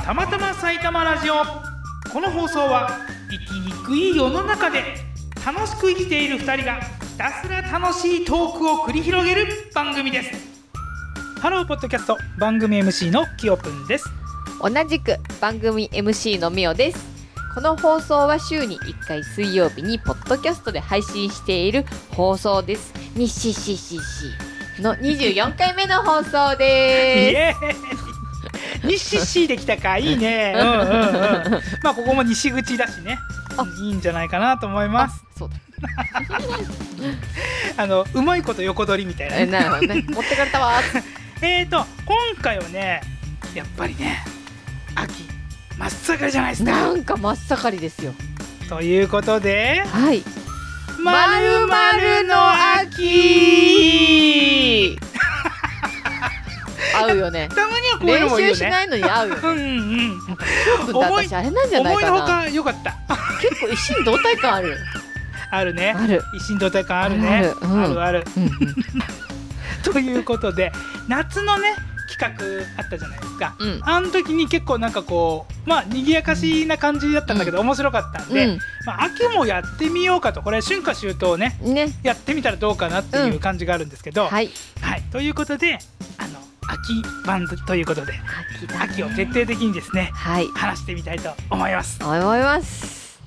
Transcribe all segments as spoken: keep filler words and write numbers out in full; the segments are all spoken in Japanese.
たまたま埼玉ラジオ。この放送は生きにくい世の中で楽しく生きているふたりがひたすら楽しいトークを繰り広げる番組です。ハローポッドキャスト、番組 エムシー のきよぷんです。 同じく番組 エムシー のみおです。この放送は週にいっかい水曜日にポッドキャストで配信している放送です。にししししのにじゅうよんかいめの放送です。 イエーイ西市できたか、いいね。うんうんうん。まあここも西口だしね、いいんじゃないかなと思います。 そうだあのうまいこと横取りみたいな、ね、 なるほどね。持ってかれたわ。 えーと今回はね、やっぱりね、秋真っ盛りじゃないですか。 なんか真っ盛りですよ。 ということで、 はい、 まるまるの秋合うよね。 たまにはこういうのもいいよね。 練習しないのに合うよね。 うんうん。 私あれなんじゃないかな。 思いのほか良かった。 結構一心同体感ある。 あるね。 ある。 一心同体感あるね。 ある、うん、 あるある。 うんうん、 ということで、夏のね企画あったじゃないですか。 うん、 あの時に結構なんかこう、まあ賑やかしな感じだったんだけど、うん、面白かったんで、うん、まあ、秋もやってみようかと。これ春夏秋冬ね、ねやってみたらどうかなっていう感じがあるんですけど、うん、はい、はい、ということで、あの秋版ということで 秋, 秋を徹底的にですね、はい、話してみたいと思います思います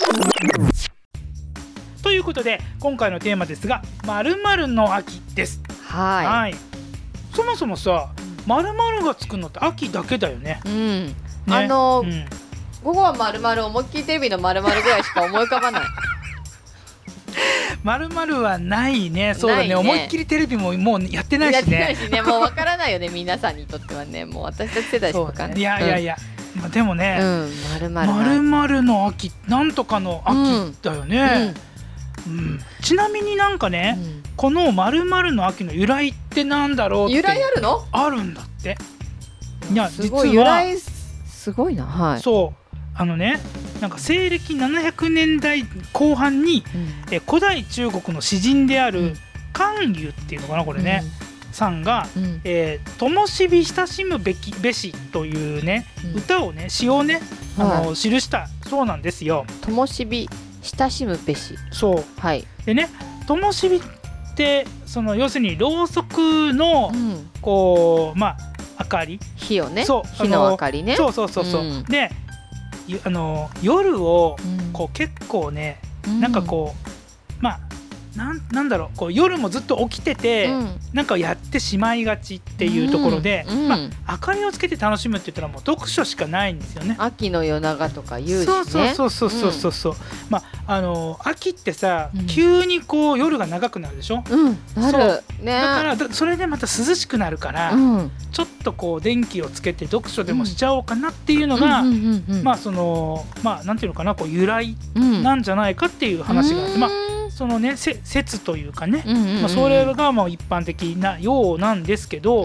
ということで、今回のテーマですが、〇〇の秋です。 はい、はい、 そもそもさ、〇〇がつくのって秋だけだよね。 うん、ね、あの、うん、午後は〇〇、思いっきりテレビの〇〇ぐらいしか思い浮かばない。 〇〇はないね。そうだ ね, ね思いっきりテレビももうやってないしね。 やってないしね、もうわからないよね。皆さんにとってはね、もう私たち世代しかわかんない。 いやいやいや、うん、まあ、でもね、 うん、〇〇 〇〇の秋、なんとかの秋だよね、うんうんうん、ちなみになんかね、うん、この〇〇の秋の由来ってなんだろうって。 由来あるの？あるんだって。いや、 すごい、由来すごいな。はい、 そう、あのね、なんか西暦ななひゃくねんだいこう半に、うん、え古代中国の詩人である関羽っていうのかな、これね、うん、さんが、うんえー、灯火親しむべきべしというね、うん、歌をね、詩をね、あの、はい、記したそうなんですよ。 灯火親しむべし。 そう、はい、でね、灯火ってその要するにろうそくの、うん、こうまあ明かり、 火をね、そう、火の明かりね。 そうそうそうそう、うん、であの夜をこう結構ね、うん、なんかこうまあな ん, なんだろうこう夜もずっと起きてて、うん、なんかやってしまいがちっていうところで、うんうん、まあ、明かりをつけて楽しむって言ったらもう読書しかないんですよね。 秋の夜長とか言うしね。 そうそうそうそうそうそう、うん、まああの秋ってさ、うん、急にこう夜が長くなるでしょ。 うん、なるね。 だからだそれでまた涼しくなるから、うん、ちょっとこう電気をつけて読書でもしちゃおうかなっていうのが、まあそのまあなんていうのかな、こう由来なんじゃないかっていう話があって、うん、まあそのね、説というかね、うんうんうん、まあ、それがまあ一般的なようなんですけど、うん、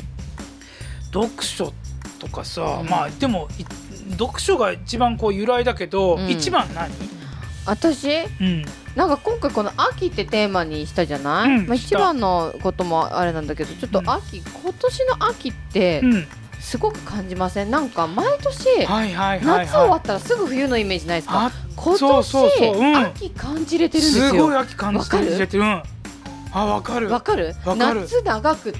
読書とかさ、うん、まあでも読書が一番こう由来だけど、うん、一番何？ 私、うん、なんか今回この秋ってテーマにしたじゃない、うん、まあ、一番のこともあれなんだけど、ちょっと秋、うん、今年の秋って、うんすごく感じません？なんか毎年、はいはいはいはい、夏終わったらすぐ冬のイメージないですか？今年そうそうそう、うん、秋感じれてるんですよ。 すごい秋感じれてる。あ、わかるわかる。夏長くって、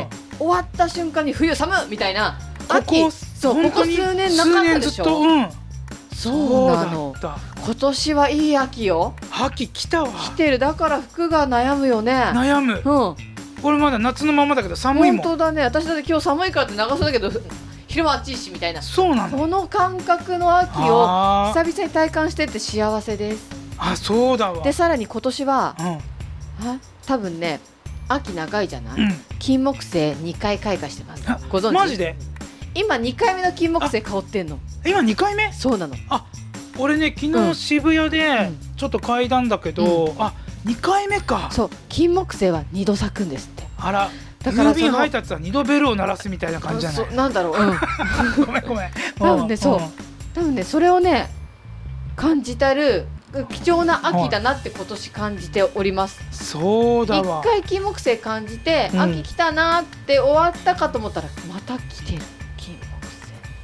うん、終わった瞬間に冬寒みたいな。秋、ここそうここ数年なかったでしょ。と、うん、そうなの。今年はいい秋よ。 秋来たわ。 来てる。だから服が悩むよね。 悩む。うん。これまだ夏のままだけど寒いもん。 本当だね。私だって今日寒いからって長袖だけど昼間暑いしみたいな。 そうなの。 この感覚の秋を久々に体感してって幸せです。 あ、そうだわ。 でさらに今年は、うん、あ多分ね秋長いじゃない、うん、金木犀にかい開花してます。ご存知？ マジで？ 今にかいめの金木犀香ってんの。 今にかいめ？ そうなの。 あ、俺ね昨日渋谷でちょっと嗅いだんだけど、うん、あにかいめか。 そう、金木犀はにど咲くんですって。 あら、だから郵便配達はにどベルを鳴らすみたいな感じじゃない？ なんだろう、うん、 ごめんごめん。 多分ね、そう多分ねそれをね感じたる貴重な秋だなって今年感じております。 そうだわ。 一回金木犀感じて、うん、秋来たなって終わったかと思ったらまた来てる金木犀。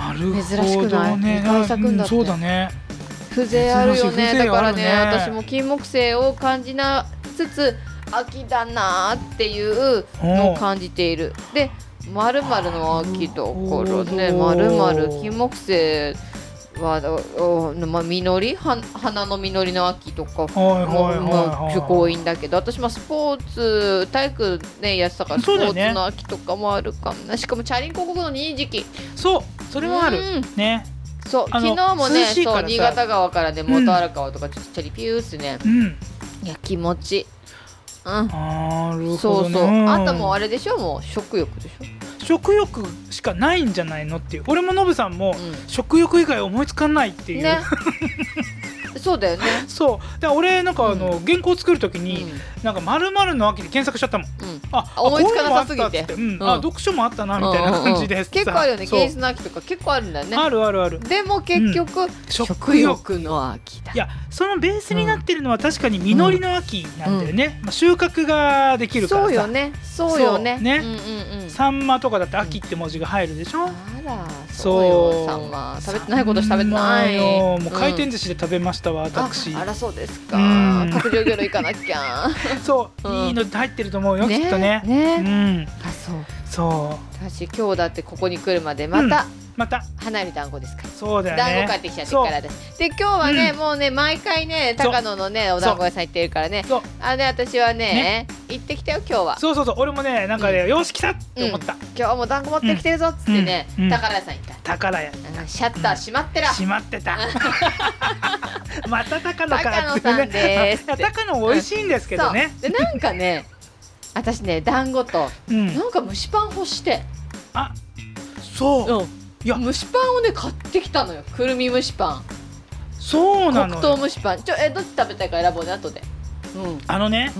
なるほどね。 珍しくない？にかい咲くんだって。 うん、そうだね。 風情あるよね。 ね、 だからね、私も金木犀を感じなつつ秋だなっていうのを感じている。で、まるまるの秋だからね、まるまる金木犀はまあ、実りは花の実りの秋とかも結構多いんだけど、私もスポーツ体育ねやってたからスポーツの秋とかもあるかな、ね、しかもチャリンコ国のいい時期、 そうそれもある、うん、ね。 そう昨日もね、そう新潟川からね元荒川とかちょっとチャリピューってね、うん、いや気持ちいい、うん、 なるほどね。 そうそう、あんたもあれでしょ、もう食欲でしょ。 食欲しかないんじゃないのっていう。俺もノブさんも、うん、食欲以外思いつかないっていう、ね、 そうだよね。 そうだ俺なんかあの、うん、原稿作るときに、うん、なんか〇〇の秋で検索しちゃったもん、うん、あ思いつかなさすぎて、 うん、あ読書もあったなみたいな感じで、うんうんうん、 結構あるよね。芸術の秋とか結構あるんだよね。 あるあるある。 でも結局、うん、食欲の秋だ。 いやそのベースになってるのは確かに実りの秋なんだよね、うんまあ、収穫ができるからさ。 そうよねそうよね。 ね、うんうんうん、サンマとかだって秋って文字が入るでしょ、うん、あらそうよ。サンマ食べてないことし食べてないよ。もう回転寿司で食べましたわ、うん、私。 あ, あらそうですか、うん、角上魚類行かなきゃそう、うん、いいの入ってると思うよ、ね、きっとね。 ね、 うん、 あそうそう私今日だってここに来るまでまた、うんまた花より団子ですから。 そうだよね。 団子買ってきちゃってからです。で今日はね、うん、もうね毎回ね高野のねお団子屋さん行ってるからね。あね私は ね, ね行ってきたよ今日は。 そうそうそう俺もねなんかね、うん、よし来たって思った、うん、 今日も団子持ってきてるぞっつってね、うん、宝屋さん行った。 宝屋、 シャッター閉まってら、 閉まってたまた高野か高野さんですって。 高野美味しいんですけどね。 でなんかね私ね団子と、うん、なんか蒸しパン欲して。 あそう、 うんいや蒸しパンをね買ってきたのよ。くるみ蒸しパン。 そうなのよ。 黒糖蒸しパン。ちょえどっち食べたいか選ぼうね後で、 うん、あのね、うん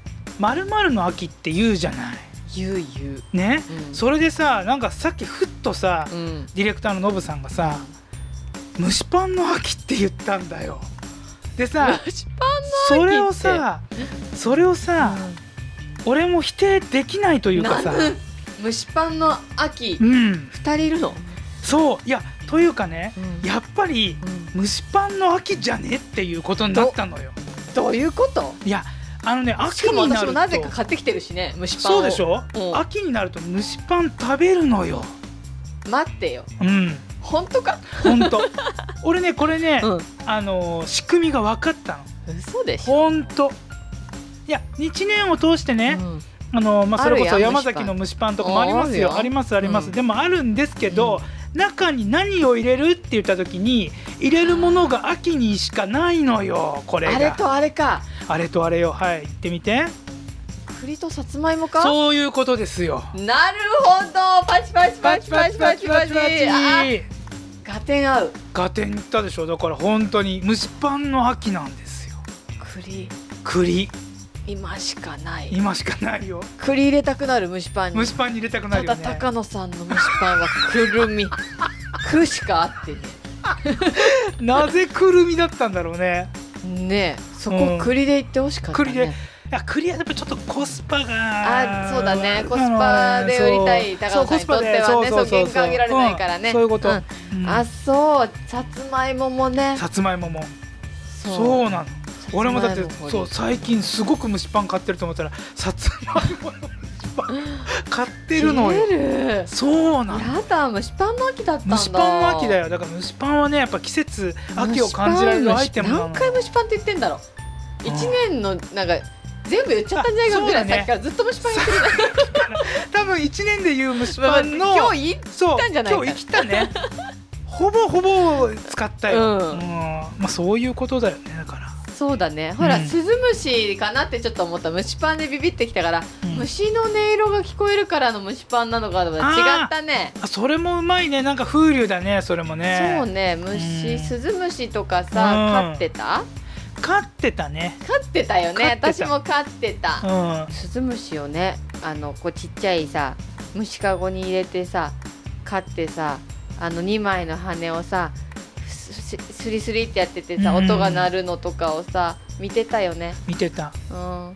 、〇〇の秋って言うじゃない。 言う言うね、うん、それでさなんかさっきふっとさ、うん、ディレクターのノブさんがさ、うん、蒸しパンの秋って言ったんだよ。でさ蒸しパンの秋ってそれをさそれをさ、うん、俺も否定できないというかさ蒸しパンの秋、うん、ふたりいるの。 そういやというかね、うん、やっぱり、うん、蒸しパンの秋じゃねっていうことになったのよ。 ど, どういうこと？ いやあのね秋になるとしかも私もなぜか買ってきてるしね蒸しパンを。 そうでしょ、うん、秋になると蒸しパン食べるのよ。 待ってよ、 うん、 本当か？ 本当俺ねこれね、うん、あのー、仕組みが分かったの。 嘘でしょ。 本当いやいちねんを通してね、うんあのまあ、それこそ山崎の蒸しパンとかもありますよ。ありますあります、うん、でもあるんですけど、うん、中に何を入れるって言った時に入れるものが秋にしかないのよ。これがあれとあれか。 あれとあれよ。はい言ってみて。 栗とさつまいもか。 そういうことですよ。 なるほど。パチパチパチパチパチパチパチ。ガテン合う。 ガテンいったでしょ。だから本当に蒸しパンの秋なんですよ。 栗栗今しかない。 今しかないよ。 栗入れたくなる蒸しパンに。 蒸しパンに入れたくなるよね。 ただ高野さんの蒸しパンはくるみくしかあってねなぜくるみだったんだろうね。 ねえそこ栗でいってほしかったね、うん、栗で。 いや栗はやっぱちょっとコスパがあそうだね。コスパで売りたい高野さんにとってはね。そう原価上げられないからね、 うん、そういうこと、 うんうん、あそうさつまいももね。 さつまいももそう、そうなの。俺もだってそう最近すごく蒸しパン買ってると思ったらさつまいもの蒸しパン買ってるのよ。そうなの。 やだ蒸しパンの秋だったんだ。 蒸しパンの秋だよ。だから蒸しパンはねやっぱ季節秋を感じられるアイテムなの。 何回蒸しパンって言ってんだろう。いちねんのなんか全部言っちゃったんじゃないかぐらい、さっきからずっと蒸しパン言ってる多分いちねんで言う蒸しパンの今日言ったんじゃないか。 今日生きたねほぼほぼ使ったよ、うんうんまあ、そういうことだよね。だからそうだね。ほら、うん、スズムシかなってちょっと思った。蒸しパンでビビってきたから、うん、虫の音色が聞こえるからの蒸しパンなのかと思ったら違ったね。 あそれもうまいね。なんか風流だねそれもね。 そうね虫、うん、スズムシとかさ、うん、飼ってた飼ってたね。 飼ってたよね。私も飼ってた、うん、スズムシをねあのこうちっちゃいさ虫かごに入れてさ飼ってさあのにまいの羽をさスリスリってやっててさ、うん、音が鳴るのとかをさ見てたよね。 見てた、 うん、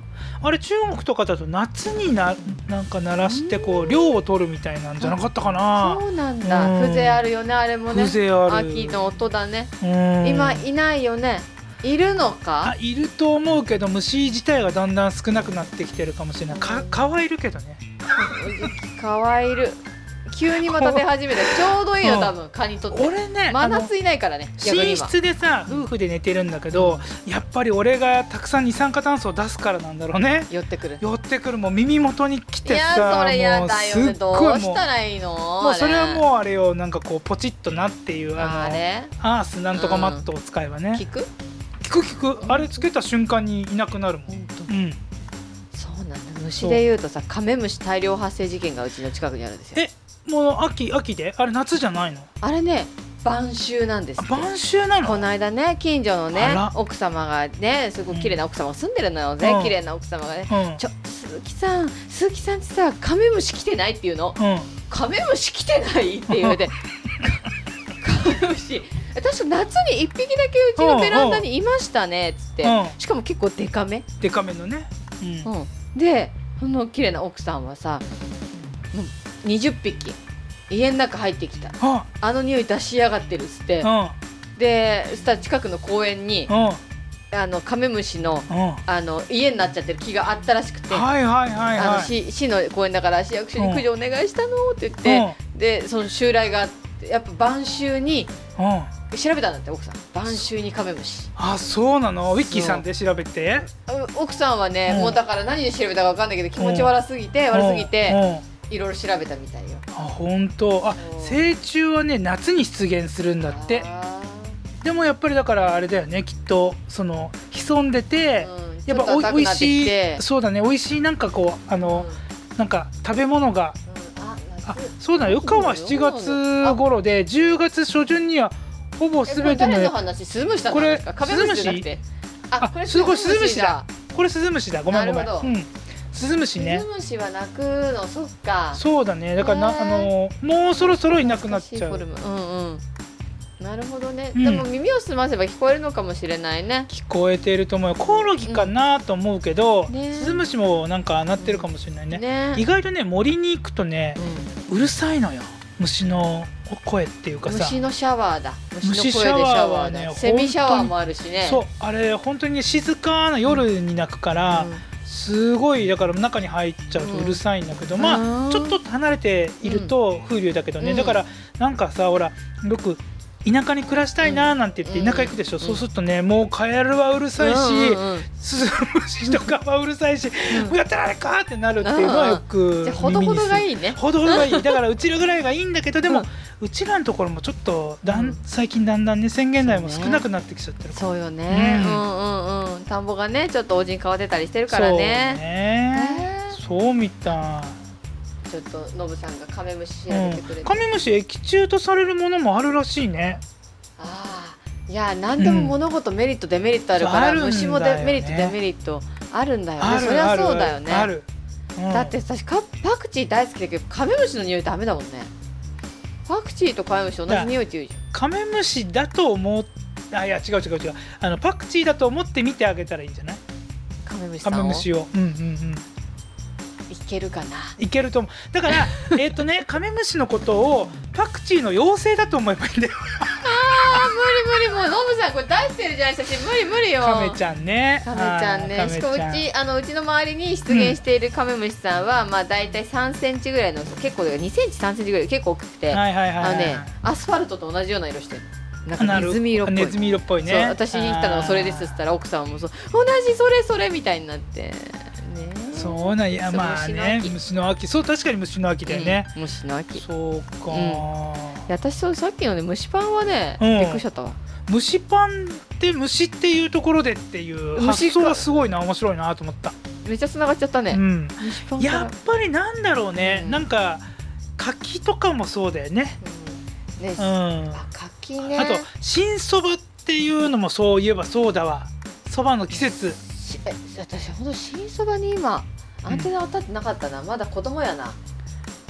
あれ中国とかだと夏にななんか鳴らしてこう量を取るみたいなんじゃなかったかな。 そうなんだ、うん、風情あるよねあれもね。 風情ある。 秋の音だね。今いないよね。いるのか。 あ、いると思うけど虫自体がだんだん少なくなってきてるかもしれない。か蚊はいるけどね。 蚊はいる。急にまた出始めた。ちょうどいいよ多分蚊にとって。 俺ね真夏いないからね。 寝室でさ夫婦で寝てるんだけど、うん、やっぱり俺がたくさん二酸化炭素を出すからなんだろうね。 寄ってくる寄ってくる。もう耳元に来てさ、いやそれやだよね。どうしたらいいの。 もうそれはもうあれよ、なんかこうポチッとなっていうあのあれアースなんとかマットを使えばね、 効く効く効く。あれつけた瞬間にいなくなるもん。 本当、 うん、 そうなんだ。虫でいうとさ、カメムシ大量発生事件がうちの近くにあるんですよ。 え、もう秋秋であれ夏じゃないの。 あれね晩秋なんです。 晩秋なの。 この間ね近所のね奥様がねすごく綺麗な奥様が住んでるのよね、うん、綺麗な奥様がね、うん、ちょ鈴木さん鈴木さんってさカメムシ来てないっていうの、うん、カメムシ来てないって言うてカメムシ確か夏にいっぴきだけうちのベランダにいましたねっつって、うん、しかも結構デカめデカめのね、 うんうん、でその綺麗な奥さんはさもうにじゅっぴき家の中入ってきた、あ, あの匂い出しやがってるっつって、うん、でそしたら近くの公園に、うん、あのカメムシの、うん、あの家になっちゃってる木があったらしくて、 はいはいはいはい、 あの 市, 市の公園だから市役所に駆除お願いしたのって言って、うん、でその襲来があってやっぱ晩秋に、うん、調べたんだって奥さん。晩秋にカメムシ。 あ、そうなの。ウィッキーさんで調べて。 奥さんはね、うん、もうだから何で調べたか分かんないけど気持ち悪すぎて、うん、悪すぎて、うんいろいろ調べたみたいよ。 あ、本当。あ、成虫はね夏に出現するんだって。でもやっぱりだからあれだよね、きっとその潜んでて、うん、やっぱおいしい、そうだね、おいしいなんかこうあの、うん、なんか食べ物が、うん、あ, あそうだよ。羽化はしちがつ頃でじゅうがつ初旬にはほぼすべての。 誰の話？スズムシだったんですか？カメムシじゃなくて。あ、これスズムシだ。 これスズムシだ。ごめんごめん。うん。スズムシね。 スズムシは鳴くの。そっか。 そうだね。だからなあのもうそろそろいなくなっちゃう。 うんうん。なるほどね、うん、でも耳を澄ませば聞こえるのかもしれないね。 聞こえていると思うよ。コオロギかなと思うけど、うんね、スズムシもなんか鳴ってるかもしれない ね,、うん、ね。意外とね森に行くとね、うん、うるさいのよ虫の声っていうかさ。 虫のシャワーだ。虫の声でシャワーね。セミシャワーもあるしね。 そう、あれ本当にね静かな夜に鳴くから、うんすごいだから中に入っちゃうとうるさいんだけど、うん、まあちょっと離れていると風流だけどね、うん、だからなんかさほらよく田舎に暮らしたいななんて言って田舎行くでしょ、うん、そうするとねもうカエルはうるさいし、うんうん、スズムシとかはうるさいし、うん、もうやったらあれかってなるっていうのはよく耳にする。 じゃあほどほどがいいね。 ほどほどがいい。だからうちらぐらいがいいんだけどでも、うん、うちらのところもちょっとだん、うん、最近だんだんね宣言台も少なくなってきちゃってる。 そうよね、うん、うんうんうん田んぼがねちょっとおじに変わってたりしてるからね。 そうね、えー、そうみたい。 ちょっとノブさんがカメムシ調べてくれて、うん、 カメムシ益虫とされるものもあるらしいね。 ああ、いや何でも物事メリット、うん、デメリットあるから、虫もデメリットデメリットあるんだよね。そりゃそうだよね。 ある、 うん、だって私パクチー大好きだけどカメムシの匂いダメだもんね。パクチーとカメムシ同じ匂いって言うじゃん。 カメムシだと思っあいや違う違う違うあのパクチーだと思って見てあげたらいいんじゃない。 カメムシさんをカメムシをうんうんうんいけるかな。 いけると思う。だからえっとねカメムシのことをパクチーの妖精だと思えばいいんだよ。 あー無理無理もうノブさんこれ出してるじゃない写真。無理無理よ。 カメちゃんね。 カメちゃんね。しかもうちあのうちの周りに出現しているカメムシさんは、うん、まあだいたいさんセンチぐらいの結構にセンチさんセンチぐらい結構大きくて、 はいはいはいはい、 あのねアスファルトと同じような色してる。なんかネズミ色っぽい。 ネズミ色っぽいね。 そう私言ったのはそれですっつったら奥さんもそう同じそれそれみたいになってね。 そうなんやまあね虫の秋。そう確かに虫の秋だよね、 うん、虫の秋。 そうか、うん、いや私そうさっきのね蒸しパンはね、うん、びっくりしちゃったわ。 蒸しパンって虫っていうところでっていう発想がすごいな面白いなと思った。 めっちゃ繋がっちゃったね、 うん、やっぱりなんだろうね、うん、なんか柿とかもそうだよね、 うんねうん、あ柿ね。 あと新そばっていうのもそういえばそうだわ。そばの季節。 え私ほんと新そばに今アンテナ当たってなかったな、うん、まだ子供やな。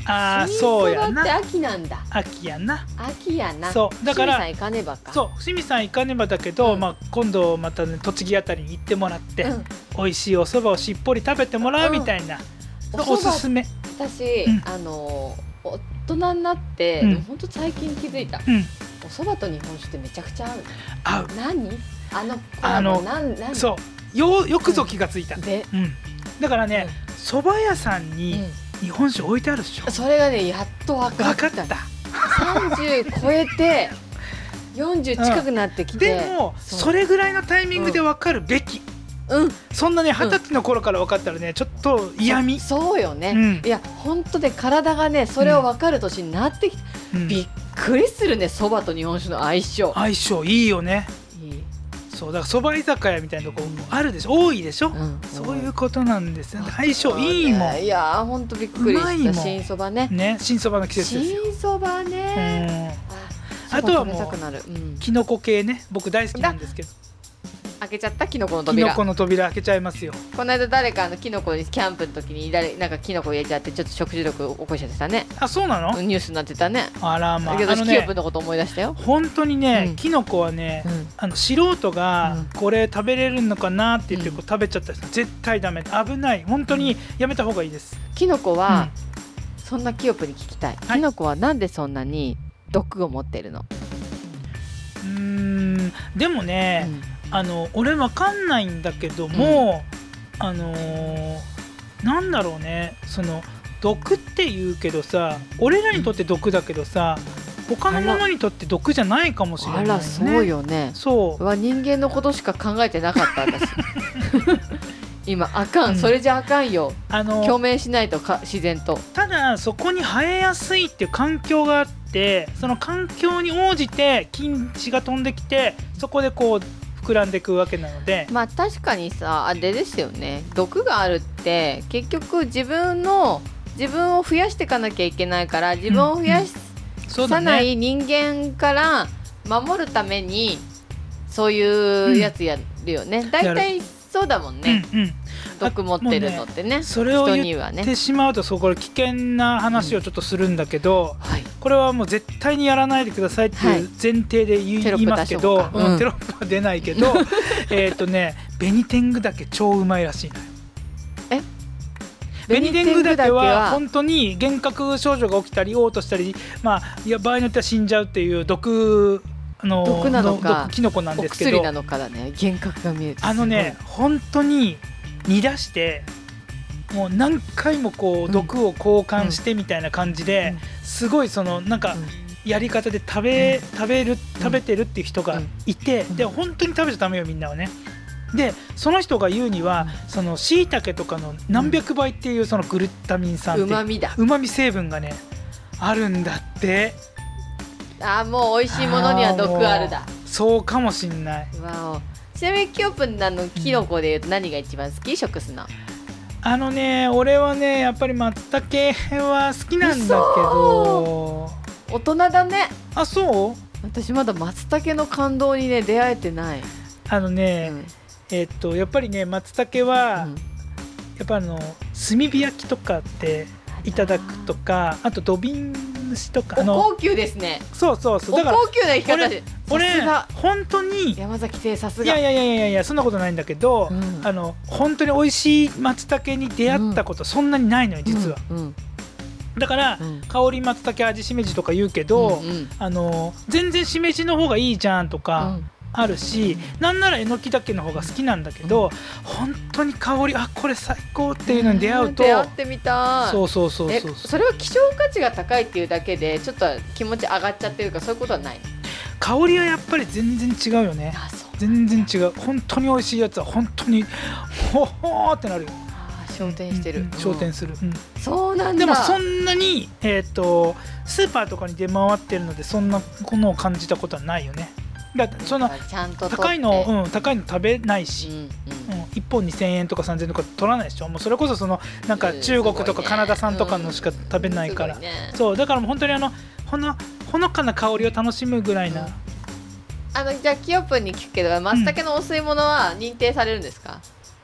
ああそうやな。 新そばって秋なんだ。 秋やな。 秋やな。 そうだから清水さん行かねばか。 そう清水さん行かねばだけど、うん、まあ今度また、ね、栃木あたりに行ってもらって、うん、美味しいお蕎麦をしっぽり食べてもらうみたいな、うん、お, おすすめ。 私、うん、あの大人になって、うん、でも本当最近気づいた。うん、お蕎麦と日本酒ってめちゃくちゃ合う。 合う。 何？あのあのなん何そうよよくぞ気がついた。うん、で、うん、だからね、蕎麦屋さんに、うん日本酒置いてあるでしょ。 それがねやっと分かった。分かった。さんじゅう超えてよんじゅう近くなってきて、 うん、でも そ, それぐらいのタイミングで分かるべき。うん、そんなねはたちの頃から分かったらね、うん、ちょっと嫌味。 そ, そうよね、うん、いや本当で体がねそれを分かる年になってきて、うん、びっくりするね。蕎麦と日本酒の相性相性いいよね。そうだから蕎麦居酒屋みたいなとこあるでしょ、多いでしょ、うん、そういうことなんですよ。相性いいもん。 いや本当びっくりした。新蕎麦ね。 ね新蕎麦の季節ですよ。 新蕎麦ね、 うん、あとはもう、うん、キノコ系ね僕大好きなんですけど。 開けちゃったキノコの扉。 キノコの扉開けちゃいますよ。 この間誰かあのキノコにキャンプの時に誰なんかキノコ入れちゃってちょっと食中毒起こしちゃってたね。 あそうなの？ ニュースになってたね。 あらまあ。 だけどキヨプのこと思い出したよ。 本当にね、うん、キノコはね、うん、あの素人がこれ食べれるのかなって言ってこう食べちゃったりする、うん、絶対ダメ。危ない。本当にやめた方がいいです。 キノコは、うん、そんなキヨプに聞きたい。キノコはなんでそんなに毒を持ってるの？ うーんでもね。うんあの俺わかんないんだけども、うん、あのー、なんだろうねその毒って言うけどさ俺らにとって毒だけどさ他のものにとって毒じゃないかもしれないね。 あらそうよね。 そうは人間のことしか考えてなかった私今あかん、うん、それじゃあかんよ。あの共鳴しないとか自然と。 ただそこに生えやすいっていう環境があってその環境に応じて菌糸が飛んできてそこでこう膨らんでいくわけなので。 まあ確かにさあれですよね。毒があるって結局自分の自分を増やしていかなきゃいけないから自分を増やさない人間から守るためにそういうやつやるよね。だいたいそうだもんね、うんうん、毒持ってるのってね。 それを言ってしまうとそこで危険な話をちょっとするんだけど、うんはい、これはもう絶対にやらないでくださいっていう前提で言い、はい、ますけど、うん、テロップは出ないけどえっとね紅天狗だけ超うまいらしいのよ。 え紅天狗だけは本当に幻覚症状が起きたり嘔吐したり、まあ、いや場合によっては死んじゃうっていう毒あの毒なのかキノコなんですけど、 お薬なのかだね。幻覚が見えてあのね本当に煮出してもう何回もこう毒を交換してみたいな感じで、うん、すごいそのなんかやり方で食べ、うん、食べる食べてるっていう人がいて、うん、で本当に食べちゃダメよみんなはね。でその人が言うにはその椎茸とかの何百倍っていうそのグルタミン酸ってうまみだうまみ成分がねあるんだって。 あもう美味しいものには毒あるだ。 そうかもしんない。 わお。ちなみにキヨプンのキノコでいうと何が一番好き？食すの。 あのね俺はねやっぱり松茸は好きなんだけど。 大人だね。 あそう？ 私まだ松茸の感動にね出会えてない。 あのね、うん、えー、っとやっぱりね松茸は、うん、やっぱあの炭火焼きとかっていただくとかあと土瓶蒸しとかお高級ですね。 そうそうそう。 だからお高級な生き方で俺本当に山崎亭さすが。 いやいやいやいやいやそんなことないんだけど、うん、あの本当に美味しい松茸に出会ったことそんなにないのよ実は、うんうん、だから、うん、香り松茸味しめじとか言うけど、うんうん、あの全然しめじの方がいいじゃんとか、うんあるし、なんならえのき茸の方が好きなんだけど、うん、本当に香りあこれ最高っていうのに出会うと、 出会ってみたい。 そうそうそうそう。 それは希少価値が高いっていうだけでちょっと気持ち上がっちゃってるかそういうことはない？ 香りはやっぱり全然違うよね。あそう全然違う。本当に美味しいやつは本当にほほーってなるよ。 昇天してる、うんうん、昇天する、うん、 そうなんだ。 でもそんなに、えー、とスーパーとかに出回ってるのでそんなものを感じたことはないよね。だその高いの、うん、高いの食べないし、うんうんうん、いっぽんにせんえんとかさんぜんえんとか取らないでしょ。もうそれこそそのなんか中国とかカナダ産とかのしか食べないから、うんね、そうだからもう本当にあのほのほのかな香りを楽しむぐらいな、うん、 あのじゃあキヨプンに聞くけど松茸のお吸い物は認定されるんですか？ うん、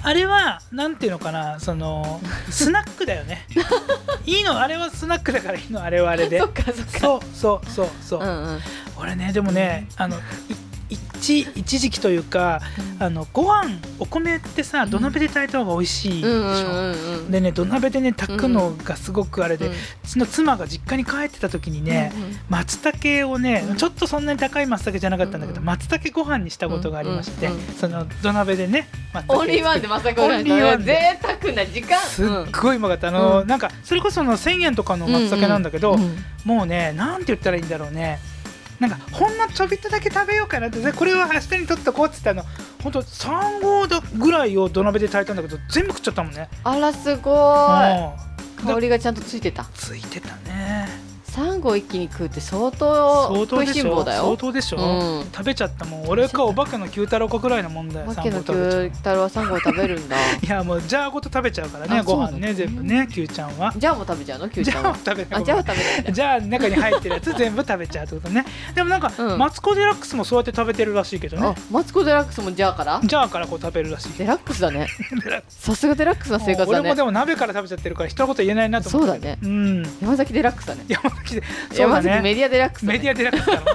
あれはなんていうのかな、そのスナックだよねいいの、あれはスナックだからいいの、あれはあれでそっかそっか、 そうそうそうそう、うんうん、俺ねでもね、あの一, 一時期というか、うん、あのご飯お米ってさ土鍋で炊いた方が美味しいでしょ、うんうんうん、でね土鍋でね炊くのがすごくあれで、うんうん、うちの妻が実家に帰ってた時にね、うんうん、松茸をね、うん、ちょっとそんなに高い松茸じゃなかったんだけど、うんうん、松茸ご飯にしたことがありまして、うんうんうん、その土鍋でね松茸オンリーワンで松茸ご飯に贅沢な時間、 すっごいうまかった。あの、うん、なんかそれこそのせんえんとかの松茸なんだけど、うんうん、もうねなんて言ったらいいんだろうね、なんかほんのちょびっとだけ食べようかなって、これは明日にとっとこうって言ったの、ほんとさん合ぐらいを土鍋で炊いたんだけど全部食っちゃったもんね。 あらすごい、香りがちゃんとついてた。 ついてたね。 さん合一気に食うって相当食いしん坊だよ。 相当でしょ、うん、食べちゃったもん。俺かお化けの九太郎かぐらいのもんだよ。 お化けの九太郎はさん合食べるんだいやもうジャーごと食べちゃうからね、ご飯ね全部ね、九ちゃんは。 ジャーも食べちゃうの？九ちゃんは。 ジャーも食べない。 あ、ジャーは食べないんだ。 ジャー中に入ってるやつ全部食べちゃうってことね。でもなんか、うん、マツコ・デラックスもそうやって食べてるらしいけどね。 あ、マツコ・デラックスもジャーから？ ジャーからこう食べるらしい。 デラックスだねさすがデラックスな生活だね。 俺もでも鍋から食べちゃってるから一言言えないなと思って。 そうだね、 うん、 山崎デラックスだね。 山崎で、 そうだね、山崎メディアデラックス、ね、 メディアデラックスだろ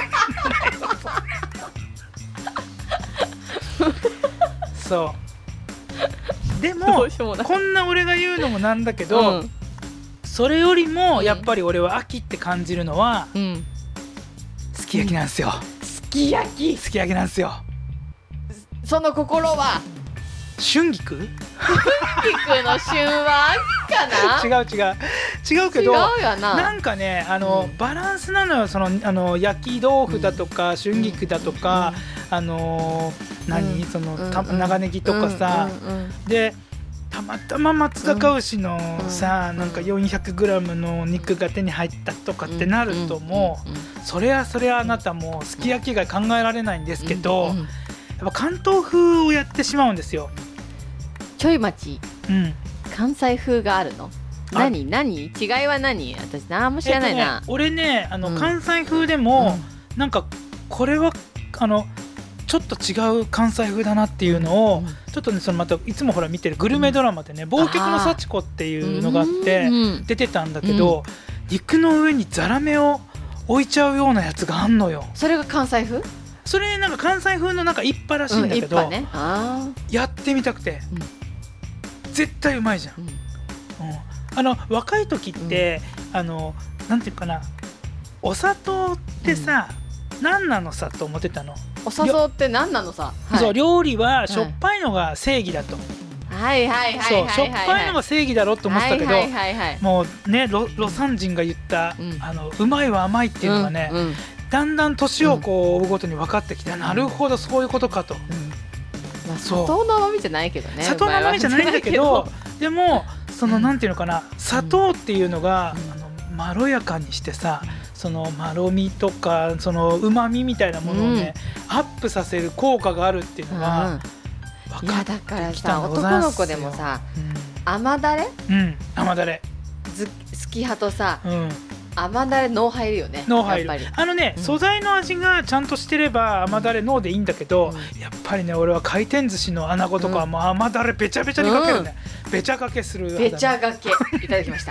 そうでもこんな俺が言うのもなんだけど、うん、それよりもやっぱり俺は秋って感じるのは、うん、すき焼きなんですよ、 うん、すき焼きすき焼きなんですよ。 その心は春菊？ 春菊の旬は秋かな？ 違う違う違うけど、 違うやな。 なんかねあの、うん、バランスなのよ。そのあの焼き豆腐だとか、うん、春菊だとか、うん、あの何、うん、その、うん、長ネギとかさ、うんうんうん、でたまたま松阪牛のさ、うん、なんか よんひゃくグラム の肉が手に入ったとかってなるともう、うんうんうん、それはそれはあなたもうすき焼きが考えられないんですけど、うんうん、やっぱ関東風をやってしまうんですよ。 ちょい町、うん、関西風があるの？何何違いは何？私何も知らないな、えっとね、 俺ねあの、うん、関西風でも、うん、なんかこれはあのちょっと違う関西風だなっていうのを、うん、ちょっとねそのまたいつもほら見てるグルメドラマでね、うん、忘却の幸子っていうのがあって出てたんだけど、うん、肉の上にザラメを置いちゃうようなやつがあんのよ。 それが関西風？ それなんか関西風のなんか一派らしいんだけど、うんね、あやってみたくて、うん、絶対うまいじゃん、うんうん、あの若い時って、うん、あのなんていうかな、お砂糖ってさ、うん、何なのさと思ってたの。 お砂糖って何なのさ、 はい、そう料理はしょっぱいのが正義だと、 はいはいはいはいはいはい、 そうしょっぱいのが正義だろと思ってたけど、はいはいはいはい、もうねロロサン人が言った、うん、あのうまいは甘いっていうのがね、うんうん、だんだん年をこう追うごとに分かってきて、うん、なるほどそういうことかと、うんまあ、砂糖の甘みじゃないけどね。 砂糖の甘みじゃないんだけどでもそのなんていうのかな、砂糖っていうのが、うん、あのまろやかにしてさ、そのまろみとかそのうまみみたいなものをね、うん、アップさせる効果があるっていうのが分かってきたのございますよ。 いやだからさ、男の子でもさ、うん、甘だれ、 うん、甘だれず好き派とさ、うん、甘だれ脳入るよね。 脳入る。あのね、うん、素材の味がちゃんとしてれば甘だれ脳でいいんだけど、うん、やっぱりね俺は回転寿司の穴子とかはもう甘だれべちゃべちゃにかけるね、うん、べちゃかけする。 べちゃがけいただきました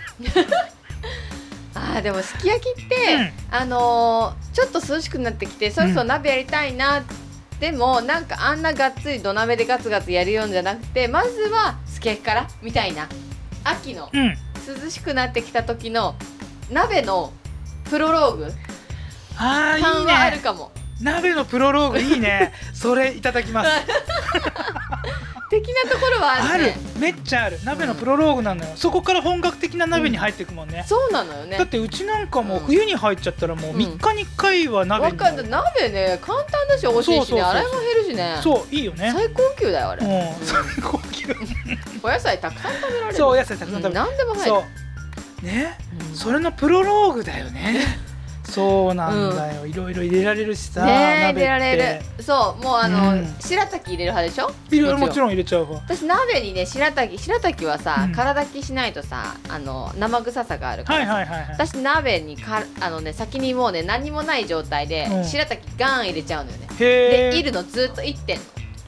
あでもすき焼きって、うん、あのー、ちょっと涼しくなってきてそろそろ鍋やりたいな、うん、でもなんかあんながっつり土鍋でガツガツやるようんじゃなくて、まずはすき焼きからみたいな、秋の、うん、涼しくなってきた時の鍋のプロローグあ感はあるかも。 いいね、鍋のプロローグいいねそれいただきます的なところはあるね。 ある、めっちゃある。鍋のプロローグなのよ、うん、そこから本格的な鍋に入っていくもんね、 うん、そうなのよね。 だってうちなんかもう冬に入っちゃったらもうみっかにいっかいは鍋になる、 うん、鍋ね簡単だし美味しいしね、そうそうそうそう、洗いも減るしね。 そういいよね、 最高級だよあれ、うんうん、最高級お野菜たくさん食べられる。 そうお野菜たくさん食べられる、うん、 何でも入るそうね、うん、それのプロローグだよねそうなんだよ、うん、いろいろ入れられるしさ、 ね、鍋って入れられる。そうもうあの、うん、白滝入れる派でしょ。 入れる、もちろん入れちゃうわ。 私鍋にね白滝白滝はさ、うん、空炊きしないとさあの生臭さがあるから、はいはいはいはい、私鍋にかあのね先にもうね何もない状態で、うん、白滝ガーン入れちゃうのよね。でいるのずっといってんの。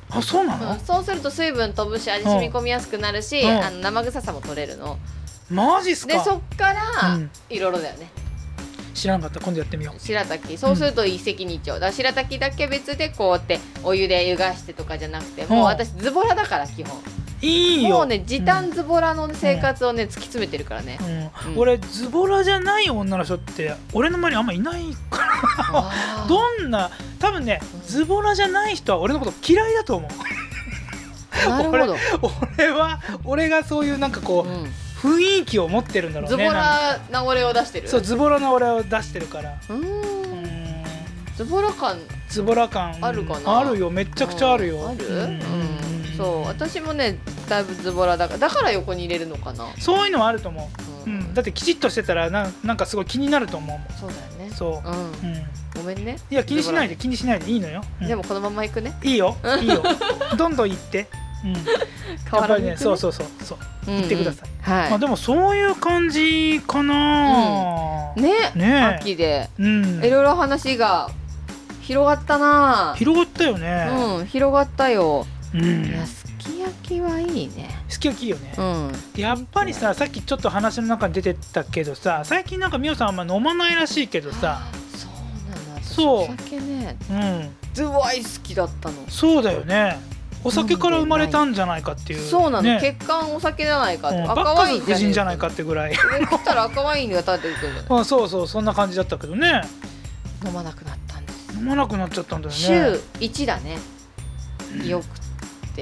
あ、そうなの、 うん、そうすると水分飛ぶし味染み込みやすくなるし、うん、あの生臭さも取れるの。 マジっすか。 でそっからいろいろだよね、 うん、知らなかった。今度やってみよう。 白滝、そうすると一石二鳥だから、白滝だけ別でこうやってお湯で湯がしてとかじゃなくて、もう私ズボラだから基本いいよ。 もうね時短ズボラの生活をね、うん、突き詰めてるからね、 うんうん、俺ズボラじゃない女の人って俺の周りにあんまいないからどんな多分ね、うん、ズボラじゃない人は俺のこと嫌いだと思う。 なるほど。 俺, 俺は俺がそういうなんかこう、うん雰囲気を持ってるんだろうね。 ズボラな俺を出してる。 そう、ズボラな俺を出してるから。うーん、 ズボラ感ズボラ感あるかな。 あるよ、めっちゃくちゃあるよ。 ある、うん、そう私もねだいぶズボラだからだから横に入れるのかな。 そういうのはあると思う、うんうん、だってきちっとしてたら な, なんかすごい気になると思うもん。 そうだよね。 そう、うんうん、 ごめんね。 いや気にしないで気にしないでいいのよ、 うん、でもこのまま行くね。 いいよいいよどんどん行ってうん、変わらずね、そうそうそうそう、言ってください。うんうん、はい。まあでもそういう感じかな。 うん、ね、ね、秋で、うん、いろいろ話が広がったな。 広がったよね。 うん、広がったよ。うん、いやすき焼きはいいね。 すき焼きいいよね。うん。やっぱりさ、さっきちょっと話の中に出てたけどさ、最近なんかみおさんあんま飲まないらしいけどさ。 そうなの。 そう。 お酒ね。うん。ズワイ好きだったの。 そうだよね。お酒から生まれたんじゃないかっていう、ね、 そうなの、血管お酒じゃないかって、うん、 赤ワイン夫人じゃないかってぐらい食ったら赤ワインが立ってくるあそうそうそんな感じだったけどね。 飲まなくなったんです。 飲まなくなっちゃったんだよね。 週いちだね、うん、よくって、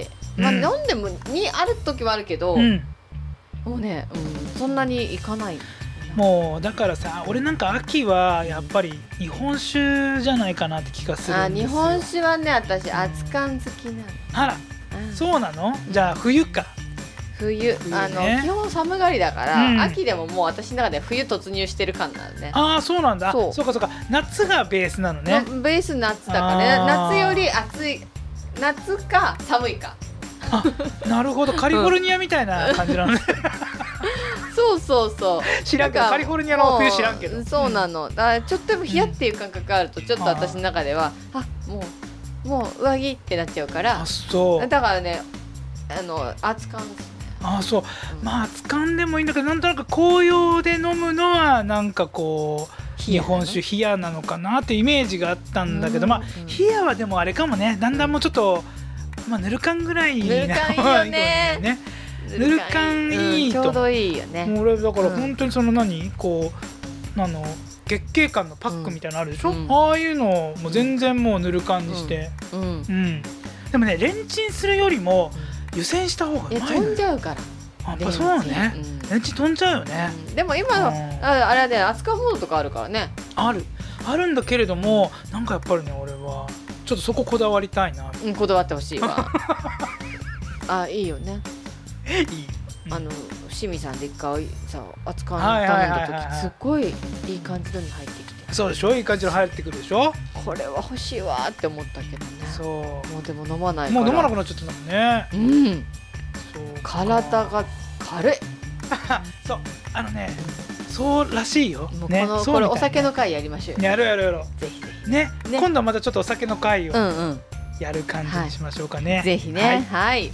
まあ、うん、飲んでもにある時はあるけど、うん、もうね、うん、そんなにいかない。 もうだからさ俺なんか秋はやっぱり日本酒じゃないかなって気がするんですよ。 あ日本酒はね私熱燗好きなの。 あら、うん、そうなの。じゃあ冬か。 冬、冬ね、あの基本寒がりだから、うん、秋でももう私の中で冬突入してる感なのね。 ああそうなんだ。そうそうかそうか。夏がベースなのね。 ベース夏だからね。夏より暑い夏か寒いか。 あなるほどカリフォルニアみたいな感じなのね。 そうそうそう知らんけどカリフォルニアの冬知らんけどそうなの。だからちょっとでも冷やっていう感覚があるとちょっと私の中では、うん、あもうもう上着ってなっちゃうから。 あそうだからねあの熱燗ですね。 あそう、うん、まあ熱燗でもいいんだけどなんとなく紅葉で飲むのはなんかこう日本酒冷やなのかなってイメージがあったんだけど、うん、まあ冷やはでもあれかもねだんだんもうちょっと、まあ、ぬる燗ぐらいなぬる燗いいよねねぬる燗いいと、 うん、ちょうどいいよね。 もう俺だから本当にその何、うん、こうあの月桂冠のパックみたいなのあるでしょ、うん、ああいうのをもう全然もうぬる燗にして、うんうんうん、でもねレンチンするよりも湯煎した方がうまいのよ。 飛んじゃうからやっぱそうね、うん、レンチン飛んじゃうよね、 うん、でも今の、うん、あ, あれで熱燗モードとかあるからね。 あるあるんだけれどもなんかやっぱりね俺はちょっとそここだわりたいな。 うんこだわってほしいわあいいよねいい、 うん、あの伏見さんで一回さ熱燗頼んだ時すっごいいい感じのに入ってきて。 そうでしょいい感じの入ってくるでしょ。 これは欲しいわって思ったけどね。 そうもうでも飲まないからもう飲まなくなっちゃったんだもんね。 うんそう体が軽いそうあのねそうらしいよ。 もうこの、ね、これお酒の会やりましょうよ。 やろうやろうやろう。 ぜひぜひね, ね今度はまたちょっとお酒の会をやる感じにしましょうかね。 はい、ぜひねはい、はい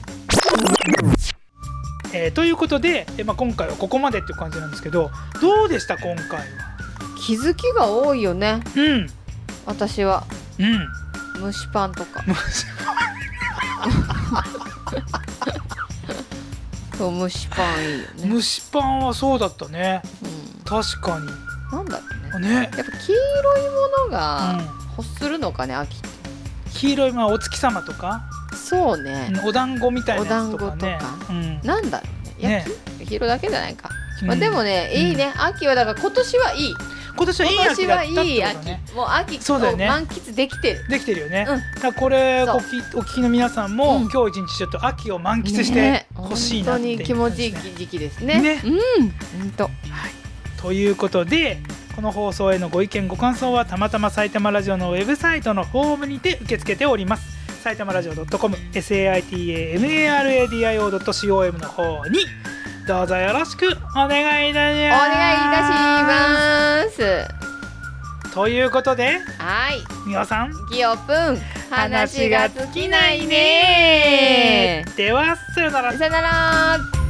えー、ということで、えーまあ、今回はここまでっていう感じなんですけどどうでした今回は。 気づきが多いよね。 うん私は、 うん、 蒸しパンとか蒸しパンそう蒸しパンいいよね。 蒸しパンはそうだったね、うん、確かに。 なんだろう ね, ねやっぱ黄色いものが欲するのかね、うん、秋って。 黄色い、まあ、お月様とかそうねお団子みたいなやつとかね。お団子とか、 うん、なんだろうね。 ね黄色だけじゃないか、うんまあ、でもねいいね、うん、秋はだから今年はいい今年はいい秋だったってことね。 今年はいい秋もう秋を満喫できてる、 ね、できてるよね、うん、だからこれお聞き、お聞きの皆さんも、うん、今日一日ちょっと秋を満喫してほしいなっていう、ね、 本当に気持ちいい時期ですね。 ねうん本当、はい、 ということでこの放送へのご意見ご感想はたまたま埼玉ラジオのウェブサイトのフォームにて受け付けております。埼玉ラジオ .com サイタマラディオ ドットコム の方にどうぞよろしくお願いいたします。 お願いいたします。 ということで、 はい、 みおさん、 ぎおぷん、話が尽きないね。 ではさよなら。 さよなら。